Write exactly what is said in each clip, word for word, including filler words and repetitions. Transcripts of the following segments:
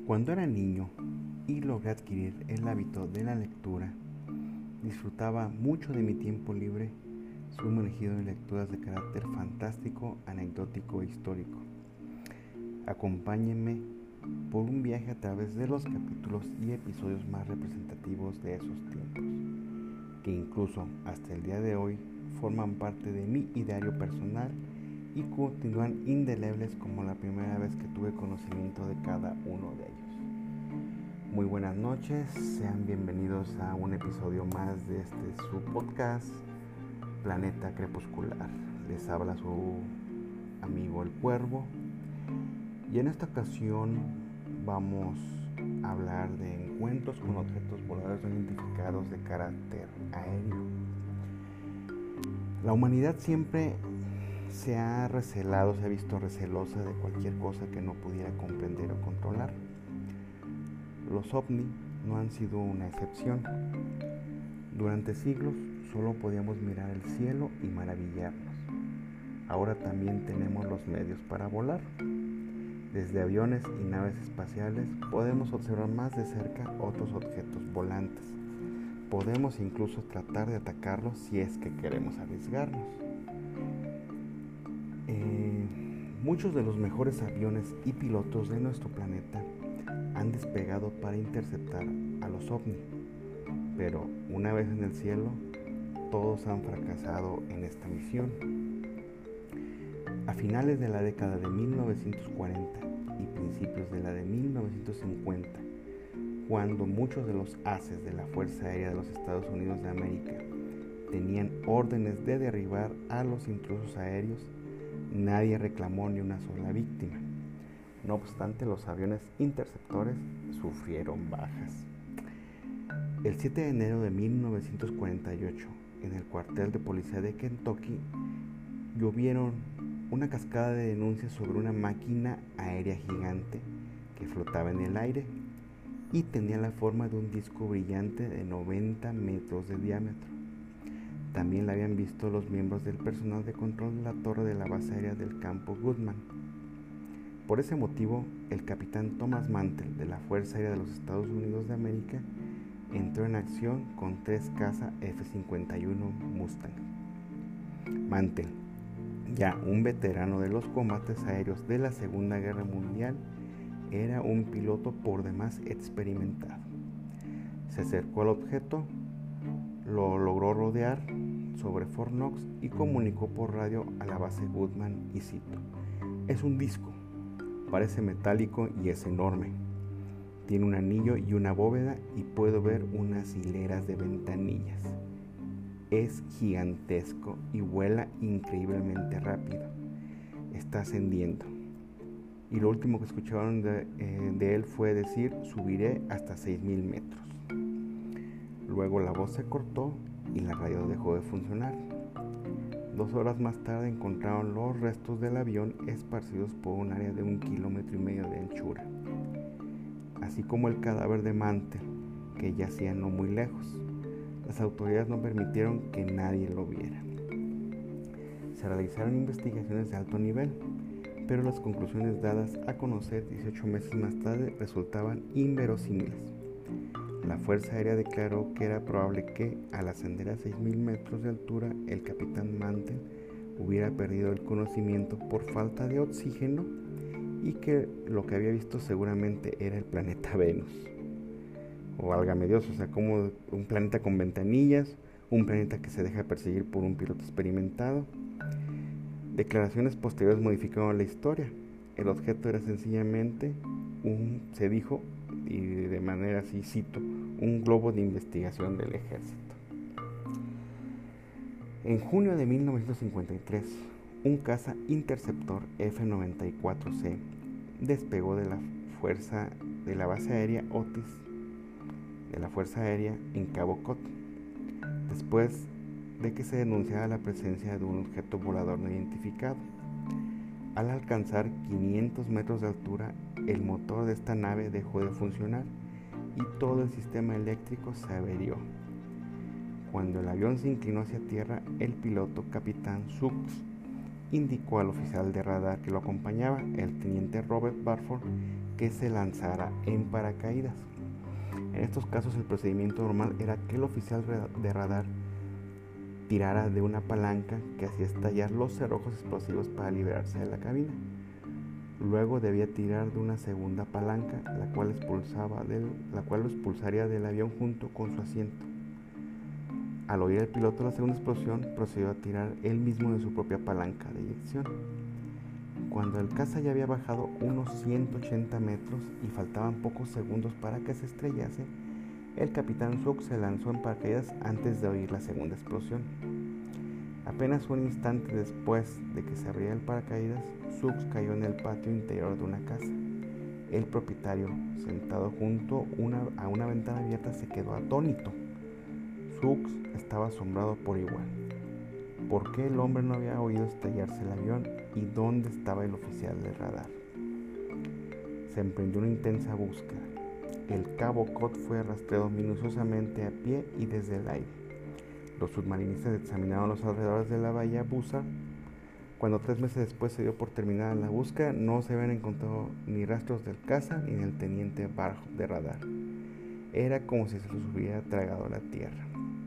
Cuando era niño y logré adquirir el hábito de la lectura, disfrutaba mucho de mi tiempo libre sumergido en lecturas de carácter fantástico, anecdótico e histórico. Acompáñenme por un viaje a través de los capítulos y episodios más representativos de esos tiempos, que incluso hasta el día de hoy forman parte de mi ideario personal y continúan indelebles como la primera vez que tuve conocimiento de cada uno de ellos. Muy buenas noches, sean bienvenidos a un episodio más de este su podcast Planeta Crepuscular. Les habla su amigo el Cuervo y en esta ocasión vamos a hablar de encuentros con objetos voladores no identificados de carácter aéreo. La humanidad siempre se ha recelado, se ha visto recelosa de cualquier cosa que no pudiera comprender o controlar. Los ovni no han sido una excepción. Durante siglos solo podíamos mirar el cielo y maravillarnos. Ahora también tenemos los medios para volar. Desde aviones y naves espaciales podemos observar más de cerca otros objetos volantes. Podemos incluso tratar de atacarlos si es que queremos arriesgarnos. Eh, muchos de los mejores aviones y pilotos de nuestro planeta han despegado para interceptar a los ovni, pero una vez en el cielo, todos han fracasado en esta misión. A finales de la década de mil novecientos cuarenta y principios de la de mil novecientos cincuenta, cuando muchos de los ases de la Fuerza Aérea de los Estados Unidos de América tenían órdenes de derribar a los intrusos aéreos, nadie reclamó ni una sola víctima. No obstante, los aviones interceptores sufrieron bajas. El siete de enero de mil novecientos cuarenta y ocho, en el cuartel de policía de Kentucky, llovieron una cascada de denuncias sobre una máquina aérea gigante que flotaba en el aire y tenía la forma de un disco brillante de noventa metros de diámetro. También la habían visto los miembros del personal de control de la torre de la base aérea del campo Goodman. Por ese motivo, el capitán Thomas Mantell de la Fuerza Aérea de los Estados Unidos de América entró en acción con tres caza F cincuenta y uno Mustang. Mantell, ya un veterano de los combates aéreos de la Segunda Guerra Mundial, era un piloto por demás experimentado. Se acercó al objeto, lo logró rodear sobre Fort Knox y comunicó por radio a la base Goodman y cito: "Es un disco, parece metálico y es enorme. Tiene un anillo y una bóveda y puedo ver unas hileras de ventanillas. Es gigantesco y vuela increíblemente rápido. Está ascendiendo". Y lo último que escucharon de, eh, de él fue decir: "Subiré hasta seis mil metros". Luego la voz se cortó y la radio dejó de funcionar. Dos horas más tarde encontraron los restos del avión esparcidos por un área de un kilómetro y medio de anchura, así como el cadáver de Mantell, que yacía no muy lejos. Las autoridades no permitieron que nadie lo viera. Se realizaron investigaciones de alto nivel, pero las conclusiones dadas a conocer dieciocho meses más tarde resultaban inverosímiles. La Fuerza Aérea declaró que era probable que, al ascender a seis mil metros de altura, el capitán Mantell hubiera perdido el conocimiento por falta de oxígeno y que lo que había visto seguramente era el planeta Venus. O válgame Dios, o sea, como un planeta con ventanillas, un planeta que se deja perseguir por un piloto experimentado. Declaraciones posteriores modificaron la historia. El objeto era sencillamente un, se dijo, y de manera así cito, un globo de investigación del ejército. En junio de mil novecientos cincuenta y tres, un caza interceptor F noventa y cuatro C despegó de la fuerza de la base aérea Otis de la Fuerza Aérea en Cabo Cod, después de que se denunciara la presencia de un objeto volador no identificado. Al alcanzar quinientos metros de altura, el motor de esta nave dejó de funcionar y todo el sistema eléctrico se averió. Cuando el avión se inclinó hacia tierra, el piloto capitán Suggs indicó al oficial de radar que lo acompañaba, el teniente Robert Barford, que se lanzara en paracaídas. En estos casos el procedimiento normal era que el oficial de radar tirara de una palanca que hacía estallar los cerrojos explosivos para liberarse de la cabina. Luego debía tirar de una segunda palanca, la cual, expulsaba del, la cual lo expulsaría del avión junto con su asiento. Al oír el piloto la segunda explosión, procedió a tirar él mismo de su propia palanca de eyección. Cuando el caza ya había bajado unos ciento ochenta metros y faltaban pocos segundos para que se estrellase, el capitán Suggs se lanzó en paracaídas antes de oír la segunda explosión. Apenas un instante después de que se abriera el paracaídas, Suggs cayó en el patio interior de una casa. El propietario, sentado junto una, a una ventana abierta, se quedó atónito. Suggs estaba asombrado por igual. ¿Por qué el hombre no había oído estallarse el avión y dónde estaba el oficial de radar? Se emprendió una intensa búsqueda. El cabo Cod fue rastreado minuciosamente a pie y desde el aire. Los submarinistas examinaron los alrededores de la bahía Buzzard. Cuando tres meses después se dio por terminada la búsqueda, no se habían encontrado ni rastros del caza ni del teniente Barford de radar. Era como si se los hubiera tragado la tierra.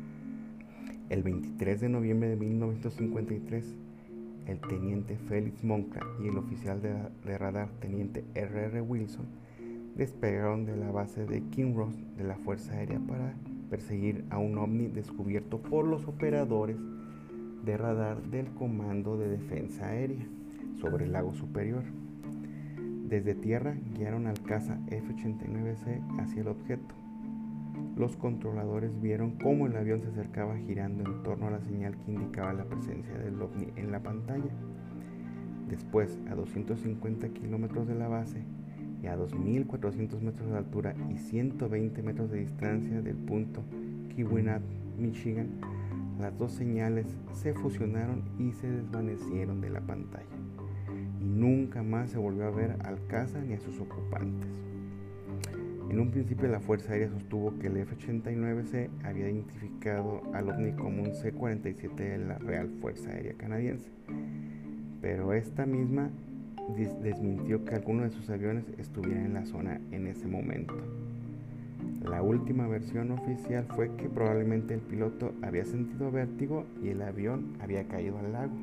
El veintitrés de noviembre de mil novecientos cincuenta y tres, el teniente Felix Moncla y el oficial de, de radar, teniente erre erre Wilson, despegaron de la base de Kinross de la Fuerza Aérea para perseguir a un ovni descubierto por los operadores de radar del Comando de Defensa Aérea sobre el lago Superior. Desde tierra guiaron al caza efe ochenta y nueve ce hacia el objeto. Los controladores vieron cómo el avión se acercaba girando en torno a la señal que indicaba la presencia del ovni en la pantalla. Después, a doscientos cincuenta kilómetros de la base y a dos mil cuatrocientos metros de altura y ciento veinte metros de distancia del punto Keweenaw, Michigan, las dos señales se fusionaron y se desvanecieron de la pantalla, y nunca más se volvió a ver al caza ni a sus ocupantes. En un principio la Fuerza Aérea sostuvo que el efe ochenta y nueve ce había identificado al ovni como un ce cuarenta y siete de la Real Fuerza Aérea Canadiense, pero esta misma desmintió que alguno de sus aviones estuviera en la zona en ese momento. La última versión oficial fue que probablemente el piloto había sentido vértigo y el avión había caído al lago.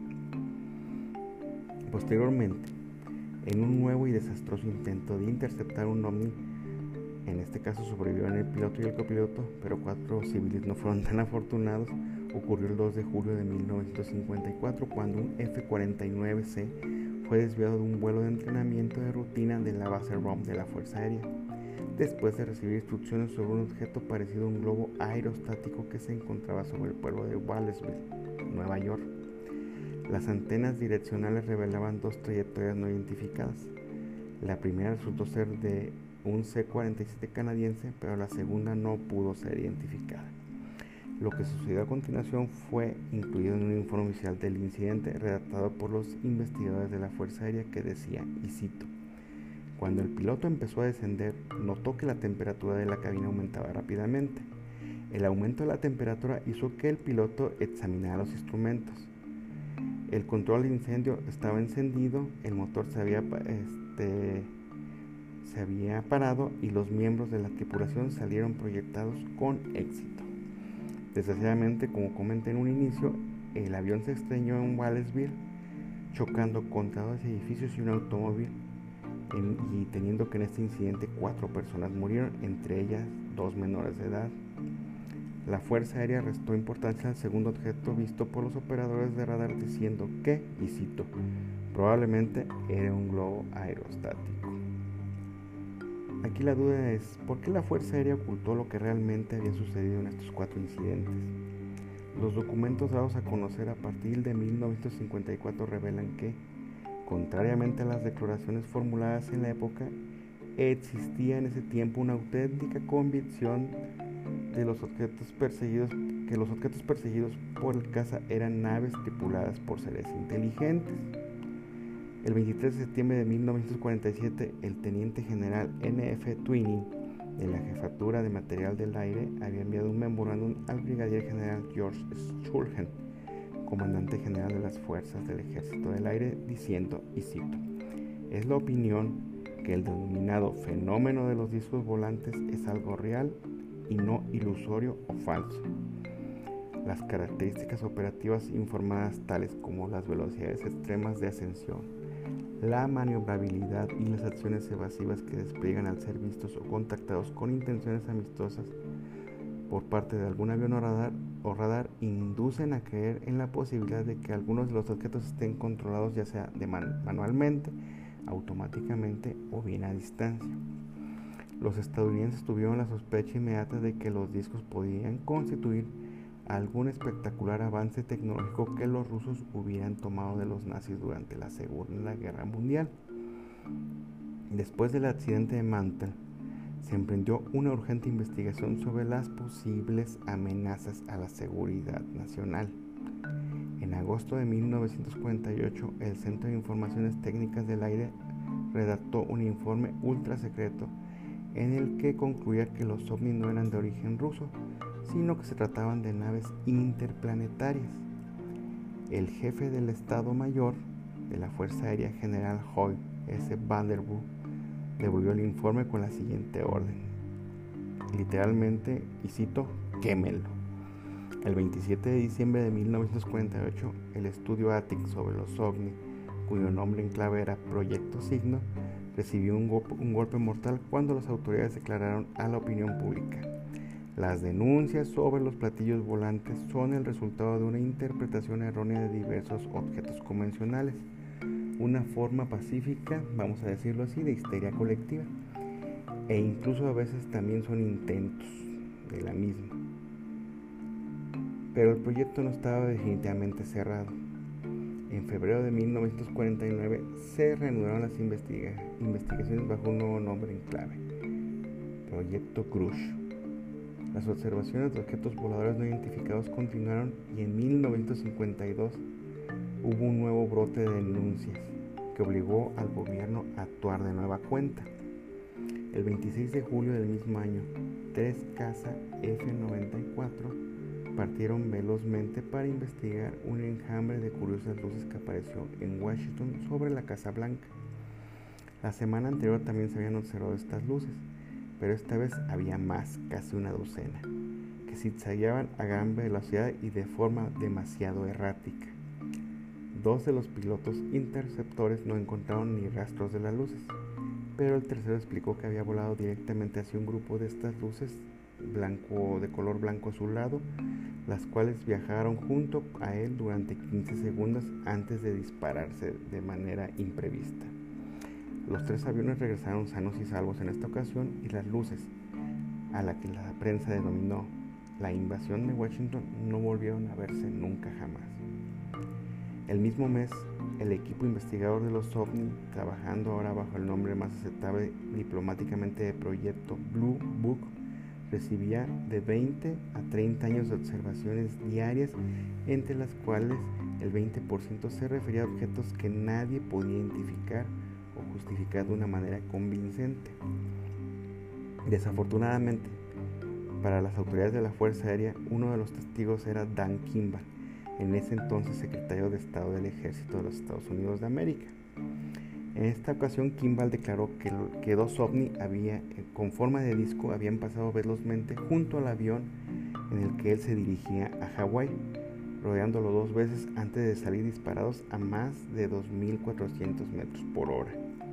Posteriormente, en un nuevo y desastroso intento de interceptar un ovni, en este caso sobrevivieron el piloto y el copiloto, pero cuatro civiles no fueron tan afortunados. Ocurrió el dos de julio de mil novecientos cincuenta y cuatro, cuando un efe cuarenta y nueve ce fue desviado de un vuelo de entrenamiento de rutina de la base R O M de la Fuerza Aérea, después de recibir instrucciones sobre un objeto parecido a un globo aerostático que se encontraba sobre el pueblo de Wallaceville, Nueva York. Las antenas direccionales revelaban dos trayectorias no identificadas. La primera resultó ser de un ce cuarenta y siete canadiense, pero la segunda no pudo ser identificada. Lo que sucedió a continuación fue incluido en un informe oficial del incidente redactado por los investigadores de la Fuerza Aérea, que decía, y cito: cuando el piloto empezó a descender, notó que la temperatura de la cabina aumentaba rápidamente. El aumento de la temperatura hizo que el piloto examinara los instrumentos. El control de incendio estaba encendido, el motor se había, este, se había parado y los miembros de la tripulación salieron proyectados con éxito. Desgraciadamente, como comenté en un inicio, el avión se estrelló en Wallaceville, chocando contra dos edificios y un automóvil, en, y teniendo que en este incidente cuatro personas murieron, entre ellas dos menores de edad. La Fuerza Aérea restó importancia al segundo objeto visto por los operadores de radar, diciendo que, y cito, probablemente era un globo aerostático. Aquí la duda es, ¿por qué la Fuerza Aérea ocultó lo que realmente había sucedido en estos cuatro incidentes? Los documentos dados a conocer a partir de mil novecientos cincuenta y cuatro revelan que, contrariamente a las declaraciones formuladas en la época, existía en ese tiempo una auténtica convicción de los objetos perseguidos, que los objetos perseguidos por el caza eran naves tripuladas por seres inteligentes. El veintitrés de septiembre de mil novecientos cuarenta y siete, el teniente general ene efe Twining de la Jefatura de Material del Aire había enviado un memorándum al brigadier general George Sturgeon, comandante general de las fuerzas del Ejército del Aire, diciendo, y cito: "Es la opinión que el denominado fenómeno de los discos volantes es algo real y no ilusorio o falso. Las características operativas informadas, tales como las velocidades extremas de ascensión, la maniobrabilidad y las acciones evasivas que despliegan al ser vistos o contactados con intenciones amistosas por parte de algún avión o radar, o radar inducen a creer en la posibilidad de que algunos de los objetos estén controlados ya sea de man- manualmente, automáticamente o bien a distancia. Los estadounidenses tuvieron la sospecha inmediata de que los discos podían constituir algún espectacular avance tecnológico que los rusos hubieran tomado de los nazis durante la Segunda Guerra Mundial. Después del accidente de Mantel, se emprendió una urgente investigación sobre las posibles amenazas a la seguridad nacional. En agosto de mil novecientos cuarenta y ocho, el Centro de Informaciones Técnicas del Aire redactó un informe ultra secreto en el que concluía que los ovnis no eran de origen ruso, sino que se trataban de naves interplanetarias. El jefe del Estado Mayor de la Fuerza Aérea, General Hoy S. Vandenberg, devolvió el informe con la siguiente orden, literalmente, y cito: "quémelo". El veintisiete de diciembre de mil novecientos cuarenta y ocho, el estudio A T I C sobre los ovnis, cuyo nombre en clave era Proyecto Signo, recibió un, go- un golpe mortal cuando las autoridades declararon a la opinión pública: las denuncias sobre los platillos volantes son el resultado de una interpretación errónea de diversos objetos convencionales, una forma pacífica, vamos a decirlo así, de histeria colectiva, e incluso a veces también son intentos de la misma. Pero el proyecto no estaba definitivamente cerrado. En febrero de mil novecientos cuarenta y nueve se reanudaron las investiga- investigaciones bajo un nuevo nombre en clave, Proyecto Krush. Las observaciones de objetos voladores no identificados continuaron y en mil novecientos cincuenta y dos hubo un nuevo brote de denuncias que obligó al gobierno a actuar de nueva cuenta. El veintiséis de julio del mismo año, tres caza F noventa y cuatro partieron velozmente para investigar un enjambre de curiosas luces que apareció en Washington sobre la Casa Blanca. La semana anterior también se habían observado estas luces, pero esta vez había más, casi una docena, que zigzagueaban a gran velocidad y de forma demasiado errática. Dos de los pilotos interceptores no encontraron ni rastros de las luces, pero el tercero explicó que había volado directamente hacia un grupo de estas luces blanco, de color blanco azulado, las cuales viajaron junto a él durante quince segundos antes de dispararse de manera imprevista. Los tres aviones regresaron sanos y salvos en esta ocasión y las luces, a la que la prensa denominó la invasión de Washington, no volvieron a verse nunca jamás. El mismo mes, el equipo investigador de los ovnis, trabajando ahora bajo el nombre más aceptable diplomáticamente de Proyecto Blue Book, recibía de veinte a treinta años de observaciones diarias, entre las cuales el veinte por ciento se refería a objetos que nadie podía identificar o justificar de una manera convincente. Desafortunadamente, para las autoridades de la Fuerza Aérea, uno de los testigos era Dan Kimball, en ese entonces secretario de Estado del Ejército de los Estados Unidos de América. En esta ocasión, Kimball declaró que, que dos ovnis había, con forma de disco habían pasado velozmente junto al avión en el que él se dirigía a Hawái, rodeándolo dos veces antes de salir disparados a más de dos mil cuatrocientos metros por hora.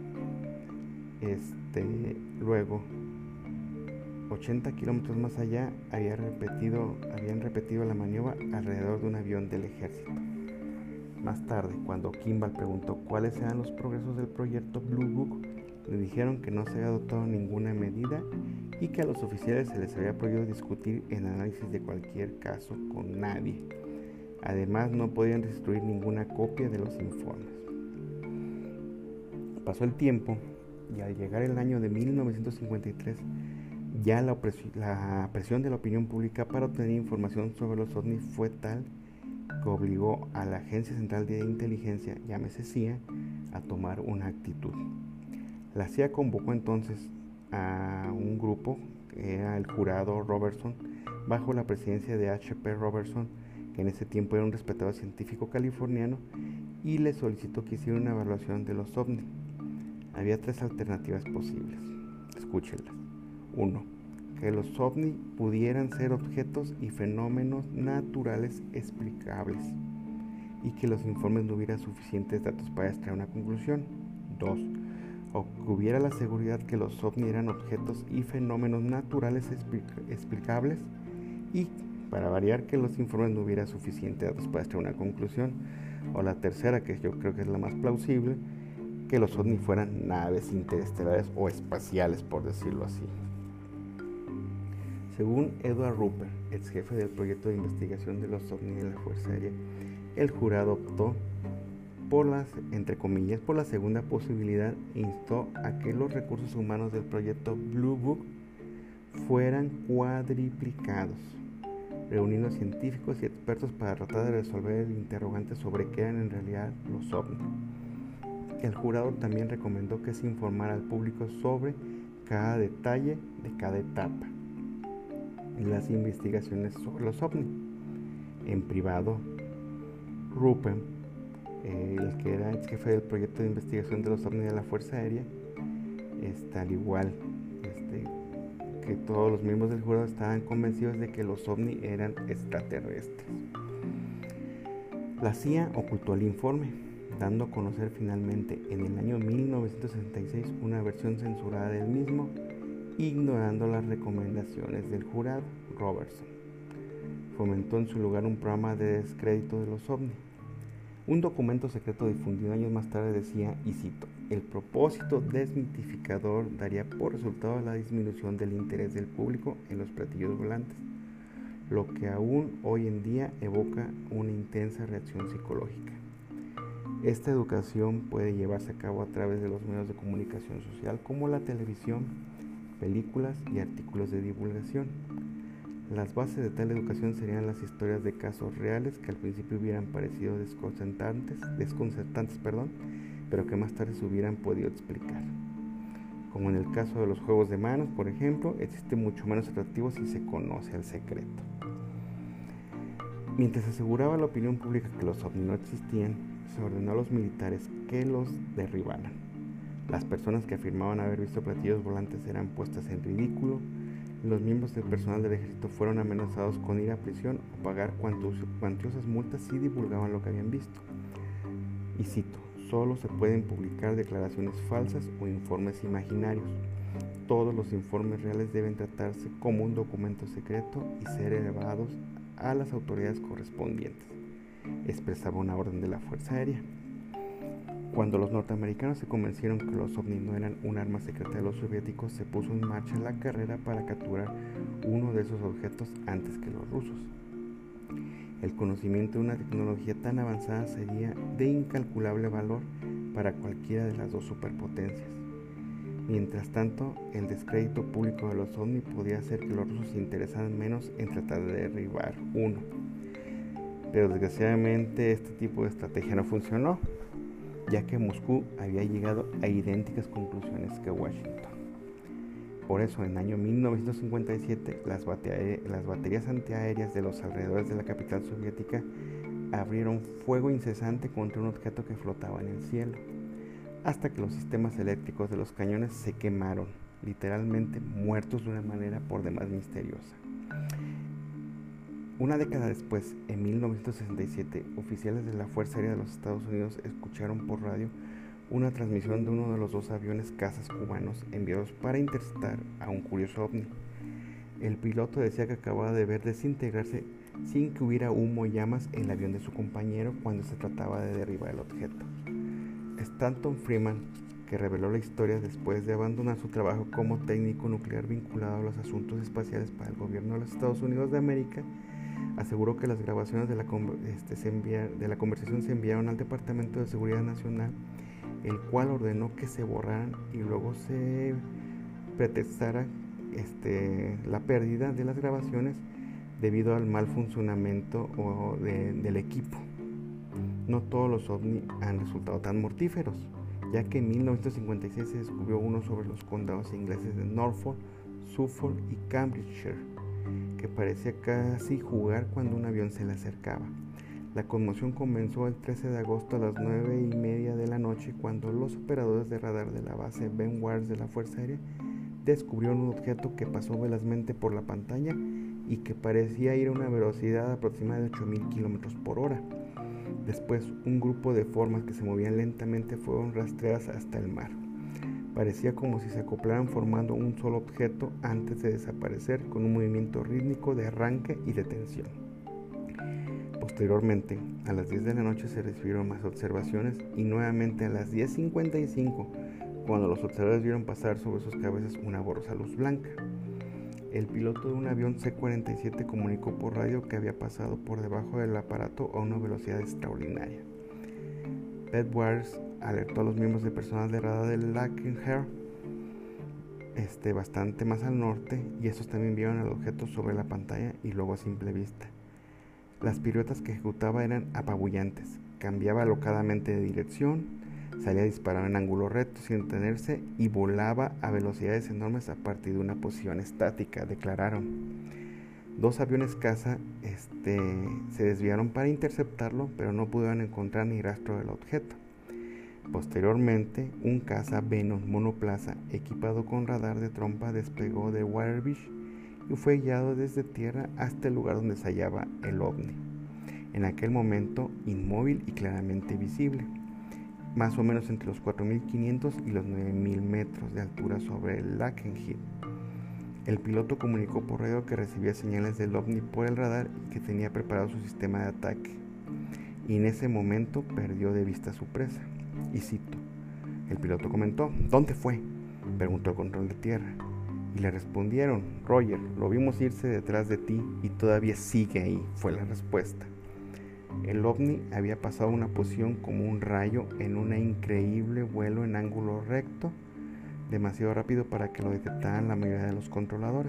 Este, luego, ochenta kilómetros más allá, había repetido, habían repetido la maniobra alrededor de un avión del ejército. Más tarde, cuando Kimball preguntó cuáles eran los progresos del proyecto Blue Book, le dijeron que no se había adoptado ninguna medida y que a los oficiales se les había prohibido discutir el análisis de cualquier caso con nadie. Además, no podían destruir ninguna copia de los informes. Pasó el tiempo y al llegar el año de mil novecientos cincuenta y tres, ya la, opresión, la presión de la opinión pública para obtener información sobre los ovnis fue tal que obligó a la Agencia Central de Inteligencia, llámese C I A, a tomar una actitud. La C I A convocó entonces a un grupo, que era el jurado Robertson, bajo la presidencia de H P Robertson, que en ese tiempo era un respetado científico californiano, y le solicitó que hiciera una evaluación de los ovnis. Había tres alternativas posibles. Escúchenlas. Uno, que los ovnis pudieran ser objetos y fenómenos naturales explicables y que los informes no hubieran suficientes datos para extraer una conclusión. Dos, o que hubiera la seguridad que los ovnis eran objetos y fenómenos naturales explic- explicables y, para variar, que los informes no hubiera suficientes datos para extraer una conclusión. O la tercera, que yo creo que es la más plausible, que los ovnis fueran naves interestelares o espaciales, por decirlo así. Según Edward Rupert, ex jefe del proyecto de investigación de los ovnis de la Fuerza Aérea, el jurado optó por las, entre comillas, por la segunda posibilidad e instó a que los recursos humanos del proyecto Blue Book fueran cuadriplicados, reuniendo científicos y expertos para tratar de resolver el interrogante sobre qué eran en realidad los ovnis. El jurado también recomendó que se informara al público sobre cada detalle de cada etapa en las investigaciones sobre los ovnis. En privado, Rupert, eh, el que era ex jefe del proyecto de investigación de los ovnis de la Fuerza Aérea, está al igual este, que todos los miembros del jurado estaban convencidos de que los ovnis eran extraterrestres. La C I A ocultó el informe, dando a conocer finalmente en el año mil novecientos sesenta y seis una versión censurada del mismo, ignorando las recomendaciones del jurado. Robertson fomentó en su lugar un programa de descrédito de los ovnis. Un documento secreto difundido años más tarde decía, y cito, el propósito desmitificador daría por resultado la disminución del interés del público en los platillos volantes, lo que aún hoy en día evoca una intensa reacción psicológica. Esta educación puede llevarse a cabo a través de los medios de comunicación social como la televisión, películas y artículos de divulgación. Las bases de tal educación serían las historias de casos reales que al principio hubieran parecido desconcertantes, desconcertantes perdón, pero que más tarde se hubieran podido explicar. Como en el caso de los juegos de manos, por ejemplo, existe mucho menos atractivo si se conoce el secreto. Mientras aseguraba a la opinión pública que los ovnis no existían, se ordenó a los militares que los derribaran. Las personas que afirmaban haber visto platillos volantes eran puestas en ridículo. Los miembros del personal del ejército fueron amenazados con ir a prisión o pagar cuantiosas multas si divulgaban lo que habían visto. Y cito, solo se pueden publicar declaraciones falsas o informes imaginarios. Todos los informes reales deben tratarse como un documento secreto y ser elevados a las autoridades correspondientes, expresaba una orden de la Fuerza Aérea. Cuando los norteamericanos se convencieron que los ovnis no eran un arma secreta de los soviéticos, se puso en marcha la carrera para capturar uno de esos objetos antes que los rusos. El conocimiento de una tecnología tan avanzada sería de incalculable valor para cualquiera de las dos superpotencias. Mientras tanto, el descrédito público de los ovnis podía hacer que los rusos se interesaran menos en tratar de derribar uno. Pero desgraciadamente este tipo de estrategia no funcionó, ya que Moscú había llegado a idénticas conclusiones que Washington. Por eso, en el año mil novecientos cincuenta y siete, las, bate- las baterías antiaéreas de los alrededores de la capital soviética abrieron fuego incesante contra un objeto que flotaba en el cielo, hasta que los sistemas eléctricos de los cañones se quemaron, literalmente muertos de una manera por demás misteriosa. Una década después, en mil novecientos sesenta y siete, oficiales de la Fuerza Aérea de los Estados Unidos escucharon por radio una transmisión de uno de los dos aviones cazas cubanos enviados para interceptar a un curioso ovni. El piloto decía que acababa de ver desintegrarse sin que hubiera humo y llamas el avión de su compañero cuando se trataba de derribar el objeto. Stanton Friedman, que reveló la historia después de abandonar su trabajo como técnico nuclear vinculado a los asuntos espaciales para el gobierno de los Estados Unidos de América, aseguró que las grabaciones de la, este, se enviar, de la conversación se enviaron al Departamento de Seguridad Nacional, el cual ordenó que se borraran y luego se pretextara este, la pérdida de las grabaciones debido al mal funcionamiento o de, del equipo. No todos los ovnis han resultado tan mortíferos, ya que en mil novecientos cincuenta y seis se descubrió uno sobre los condados ingleses de Norfolk, Suffolk y Cambridgeshire, que parecía casi jugar cuando un avión se le acercaba. La conmoción comenzó el trece de agosto a las nueve y media de la noche, cuando los operadores de radar de la base Ben Wallace de la Fuerza Aérea descubrieron un objeto que pasó velozmente por la pantalla y que parecía ir a una velocidad aproximada de ocho mil kilómetros por hora. Después, un grupo de formas que se movían lentamente fueron rastreadas hasta el mar. Parecía como si se acoplaran formando un solo objeto antes de desaparecer, con un movimiento rítmico de arranque y detención. Posteriormente, a las diez de la noche se recibieron más observaciones y nuevamente a las diez cincuenta y cinco, cuando los observadores vieron pasar sobre sus cabezas una borrosa luz blanca. El piloto de un avión C cuarenta y siete comunicó por radio que había pasado por debajo del aparato a una velocidad extraordinaria. Bed Wallace alertó a los miembros del personal de radar de Lakenheath, este, bastante más al norte, y estos también vieron el objeto sobre la pantalla y luego a simple vista. Las piruetas que ejecutaba eran apabullantes. Cambiaba alocadamente de dirección, salía a disparar en ángulo recto sin detenerse y volaba a velocidades enormes a partir de una posición estática, declararon. Dos aviones caza este, se desviaron para interceptarlo, pero no pudieron encontrar ni rastro del objeto. Posteriormente, un caza Venom monoplaza equipado con radar de trompa despegó de Waterbeach y fue guiado desde tierra hasta el lugar donde se hallaba el ovni, en aquel momento inmóvil y claramente visible, más o menos entre los cuatro mil quinientos y los nueve mil metros de altura sobre el Lakenheath. El piloto comunicó por radio que recibía señales del ovni por el radar y que tenía preparado su sistema de ataque, y en ese momento perdió de vista a su presa. Y cito, el piloto comentó: ¿dónde fue?, preguntó el control de tierra. Y le respondieron: Roger, lo vimos irse detrás de ti y todavía sigue ahí, fue la respuesta. El ovni había pasado una posición como un rayo en un increíble vuelo en ángulo recto, demasiado rápido para que lo detectaran la mayoría de los controladores.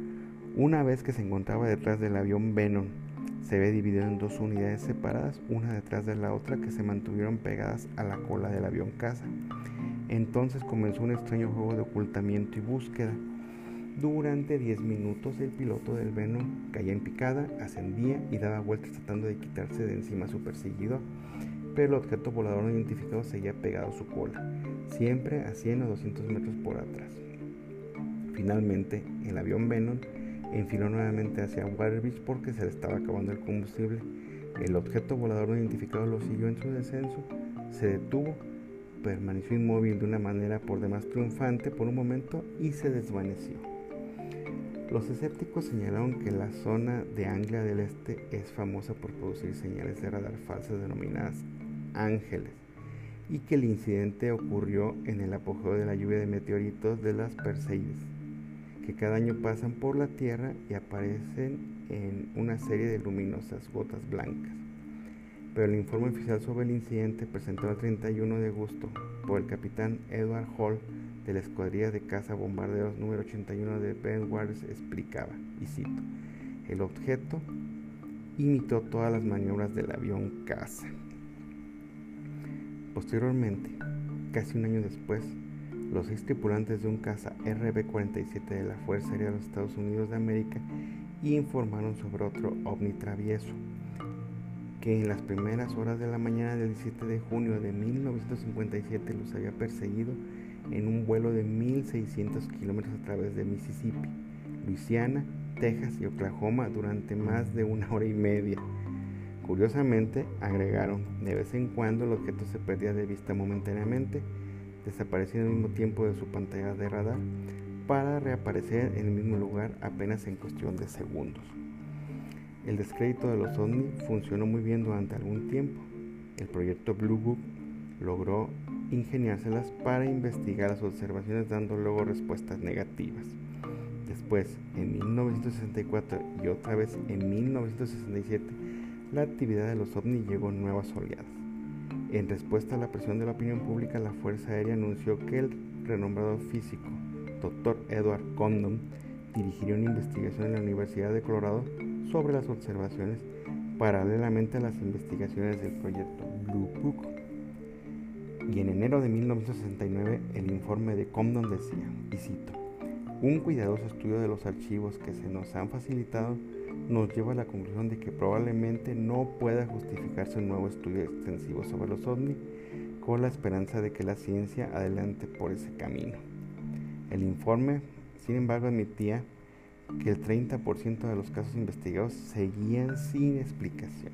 Una vez que se encontraba detrás del avión Venom, se ve dividido en dos unidades separadas, una detrás de la otra, que se mantuvieron pegadas a la cola del avión caza. Entonces comenzó un extraño juego de ocultamiento y búsqueda. Durante diez minutos el piloto del Venom caía en picada, ascendía y daba vueltas tratando de quitarse de encima a su perseguidor, pero el objeto volador no identificado seguía pegado a su cola, siempre a cien o doscientos metros por atrás. Finalmente, el avión Venom enfiló nuevamente hacia Waterbeach porque se le estaba acabando el combustible. El objeto volador no identificado lo siguió en su descenso, se detuvo, permaneció inmóvil de una manera por demás triunfante por un momento y se desvaneció. Los escépticos señalaron que la zona de Anglia del Este es famosa por producir señales de radar falsas denominadas ángeles, y que el incidente ocurrió en el apogeo de la lluvia de meteoritos de las Perseides, que cada año pasan por la Tierra y aparecen en una serie de luminosas gotas blancas. Pero el informe oficial sobre el incidente, presentado el treinta y uno de agosto por el capitán Edward Hall de la escuadrilla de caza bombarderos número ochenta y uno de Ben Wallace, explicaba, y cito: el objeto imitó todas las maniobras del avión caza. Posteriormente, casi un año después, los seis tripulantes de un caza R B cuarenta y siete de la Fuerza Aérea de los Estados Unidos de América informaron sobre otro ovni travieso, que en las primeras horas de la mañana del diecisiete de junio de mil novecientos cincuenta y siete los había perseguido en un vuelo de mil seiscientos kilómetros a través de Mississippi, Luisiana, Texas y Oklahoma durante más de una hora y media. Curiosamente, agregaron, de vez en cuando el objeto se perdía de vista momentáneamente, desapareciendo al mismo tiempo de su pantalla de radar, para reaparecer en el mismo lugar apenas en cuestión de segundos. El descrédito de los ovni funcionó muy bien durante algún tiempo. El proyecto Blue Book logró ingeniárselas para investigar las observaciones, dando luego respuestas negativas. Después, en mil novecientos sesenta y cuatro y otra vez en mil novecientos sesenta y siete, la actividad de los ovni llegó en nuevas oleadas. En respuesta a la presión de la opinión pública, la Fuerza Aérea anunció que el renombrado físico doctor Edward Condon dirigiría una investigación en la Universidad de Colorado sobre las observaciones, paralelamente a las investigaciones del proyecto Blue Book. Y en enero de mil novecientos sesenta y nueve, el informe de Condon decía, y cito: Un cuidadoso estudio de los archivos que se nos han facilitado nos lleva a la conclusión de que probablemente no pueda justificarse un nuevo estudio extensivo sobre los ovnis con la esperanza de que la ciencia adelante por ese camino. El informe, sin embargo, admitía que el treinta por ciento de los casos investigados seguían sin explicación.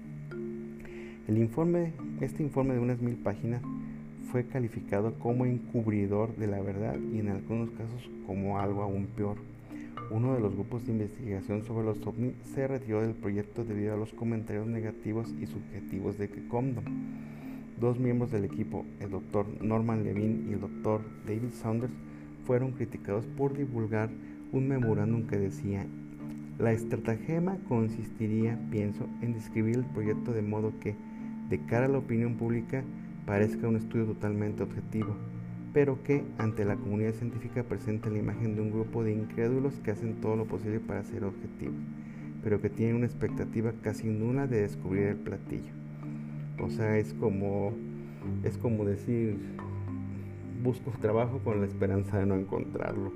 El informe, este informe de unas mil páginas fue calificado como encubridor de la verdad y en algunos casos como algo aún peor. Uno de los grupos de investigación sobre los ovnis se retiró del proyecto debido a los comentarios negativos y subjetivos de Condon. Dos miembros del equipo, el doctor Norman Levine y el doctor David Saunders, fueron criticados por divulgar un memorándum que decía: la estratagema consistiría, pienso, en describir el proyecto de modo que, de cara a la opinión pública, parezca un estudio totalmente objetivo, pero que, ante la comunidad científica, presente la imagen de un grupo de incrédulos que hacen todo lo posible para ser objetivos, pero que tienen una expectativa casi nula de descubrir el platillo. O sea, es como, es como decir, busco trabajo con la esperanza de no encontrarlo.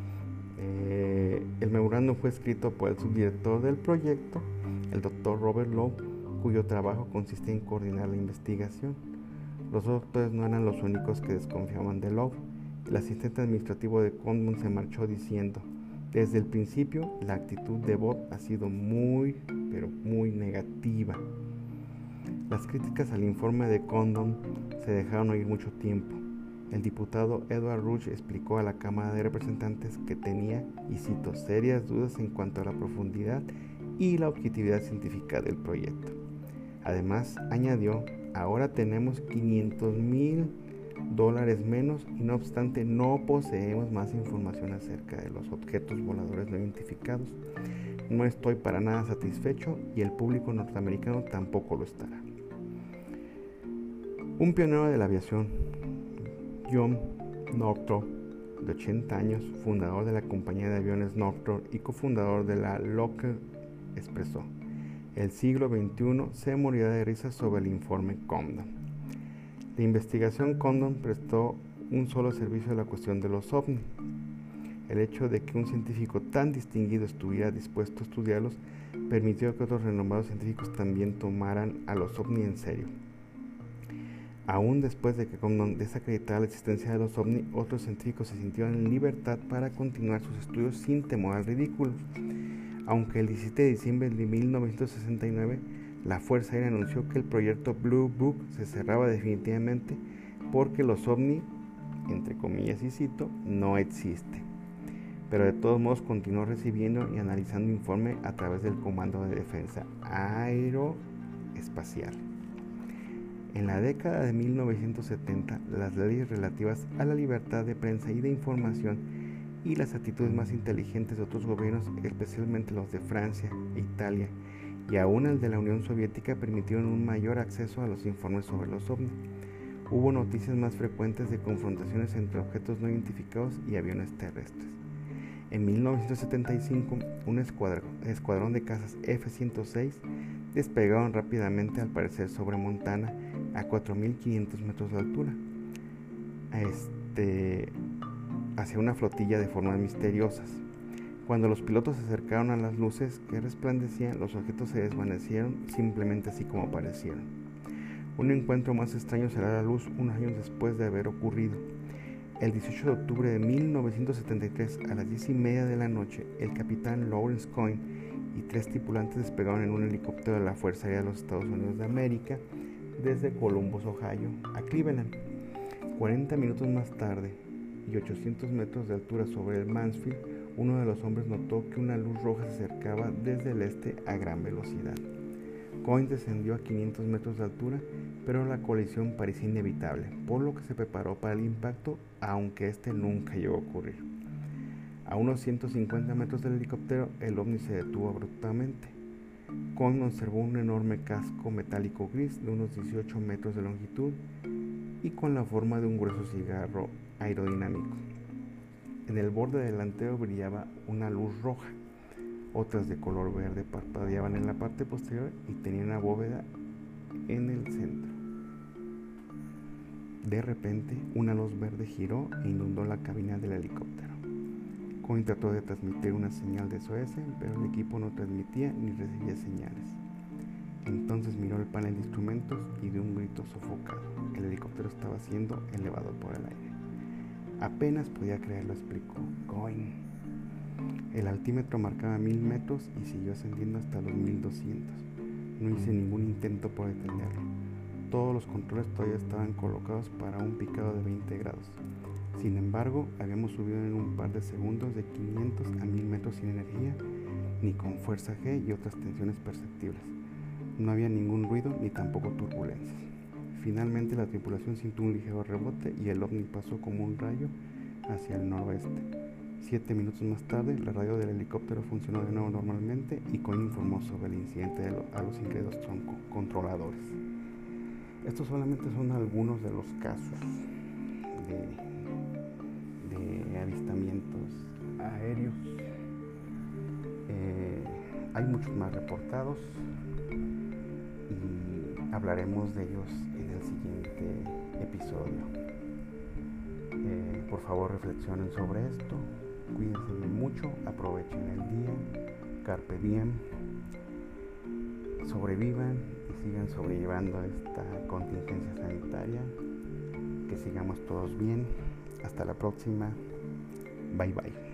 Eh, el memorándum fue escrito por el subdirector del proyecto, el doctor Robert Lowe, cuyo trabajo consistía en coordinar la investigación. Los doctores no eran los únicos que desconfiaban de Lowe. El asistente administrativo de Condon se marchó diciendo: desde el principio la actitud de Bob ha sido muy, pero muy negativa. Las críticas al informe de Condon se dejaron oír mucho tiempo. El diputado Edward Rush explicó a la Cámara de Representantes que tenía, y cito, serias dudas en cuanto a la profundidad y la objetividad científica del proyecto. Además, añadió: ahora tenemos quinientos mil dólares menos y no obstante no poseemos más información acerca de los objetos voladores no identificados. No estoy para nada satisfecho y el público norteamericano tampoco lo estará. Un pionero de la aviación, John Northrop, de ochenta años, fundador de la compañía de aviones Northrop y cofundador de la Lockheed, expresó: el siglo veintiuno se morirá de risa sobre el informe Condon. La investigación Condon prestó un solo servicio a la cuestión de los ovnis. El hecho de que un científico tan distinguido estuviera dispuesto a estudiarlos permitió que otros renombrados científicos también tomaran a los ovnis en serio. Aún después de que Condon desacreditara la existencia de los ovnis, otros científicos se sintieron en libertad para continuar sus estudios sin temor al ridículo. Aunque el diecisiete de diciembre de mil novecientos sesenta y nueve la Fuerza Aérea anunció que el proyecto Blue Book se cerraba definitivamente porque los ovnis, entre comillas y cito, no existen. Pero de todos modos continuó recibiendo y analizando informe a través del Comando de Defensa Aeroespacial. En la década de mil novecientos setenta, las leyes relativas a la libertad de prensa y de información y las actitudes más inteligentes de otros gobiernos, especialmente los de Francia, Italia y aún el de la Unión Soviética, permitieron un mayor acceso a los informes sobre los ovnis. Hubo noticias más frecuentes de confrontaciones entre objetos no identificados y aviones terrestres. En mil novecientos setenta y cinco, un escuadrón, escuadrón de cazas F ciento seis despegaron rápidamente, al parecer sobre Montana, a cuatro mil quinientos metros de altura, este, hacia una flotilla de formas misteriosas. Cuando los pilotos se acercaron a las luces que resplandecían, los objetos se desvanecieron simplemente así como aparecieron. Un encuentro más extraño será a la luz unos años después de haber ocurrido. El dieciocho de octubre de mil novecientos setenta y tres, a las diez y media de la noche, el capitán Lawrence Coyne y tres tripulantes despegaron en un helicóptero de la Fuerza Aérea de los Estados Unidos de América desde Columbus, Ohio, a Cleveland. cuarenta minutos más tarde y ochocientos metros de altura sobre el Mansfield, uno de los hombres notó que una luz roja se acercaba desde el este a gran velocidad. Coyne descendió a quinientos metros de altura, pero la colisión parecía inevitable, por lo que se preparó para el impacto, aunque este nunca llegó a ocurrir. A unos ciento cincuenta metros del helicóptero, el ovni se detuvo abruptamente. Coyne observó un enorme casco metálico gris de unos dieciocho metros de longitud y con la forma de un grueso cigarro aerodinámico. En el borde delantero brillaba una luz roja. Otras de color verde parpadeaban en la parte posterior y tenían una bóveda en el centro. De repente, una luz verde giró e inundó la cabina del helicóptero. Coin trató de transmitir una señal de S O S, pero el equipo no transmitía ni recibía señales. Entonces miró el panel de instrumentos y dio un grito sofocado. El helicóptero estaba siendo elevado por el aire. Apenas podía creerlo, explicó Coin. El altímetro marcaba mil metros y siguió ascendiendo hasta los mil doscientos. No hice ningún intento por detenerlo. Todos los controles todavía estaban colocados para un picado de veinte grados. Sin embargo, habíamos subido en un par de segundos de quinientos a mil metros sin energía, ni con fuerza G y otras tensiones perceptibles. No había ningún ruido ni tampoco turbulencias. Finalmente la tripulación sintió un ligero rebote y el ovni pasó como un rayo hacia el noroeste. Siete minutos más tarde, la radio del helicóptero funcionó de nuevo normalmente y Coin informó sobre el incidente lo, a los incrédulos controladores. Estos solamente son algunos de los casos de, de avistamientos aéreos. Eh, hay muchos más reportados y hablaremos de ellos en el siguiente episodio. Eh, por favor, reflexionen sobre esto, cuídense mucho, aprovechen el día, carpe diem, sobrevivan y sigan sobrellevando esta contingencia sanitaria, que sigamos todos bien. Hasta la próxima, bye bye.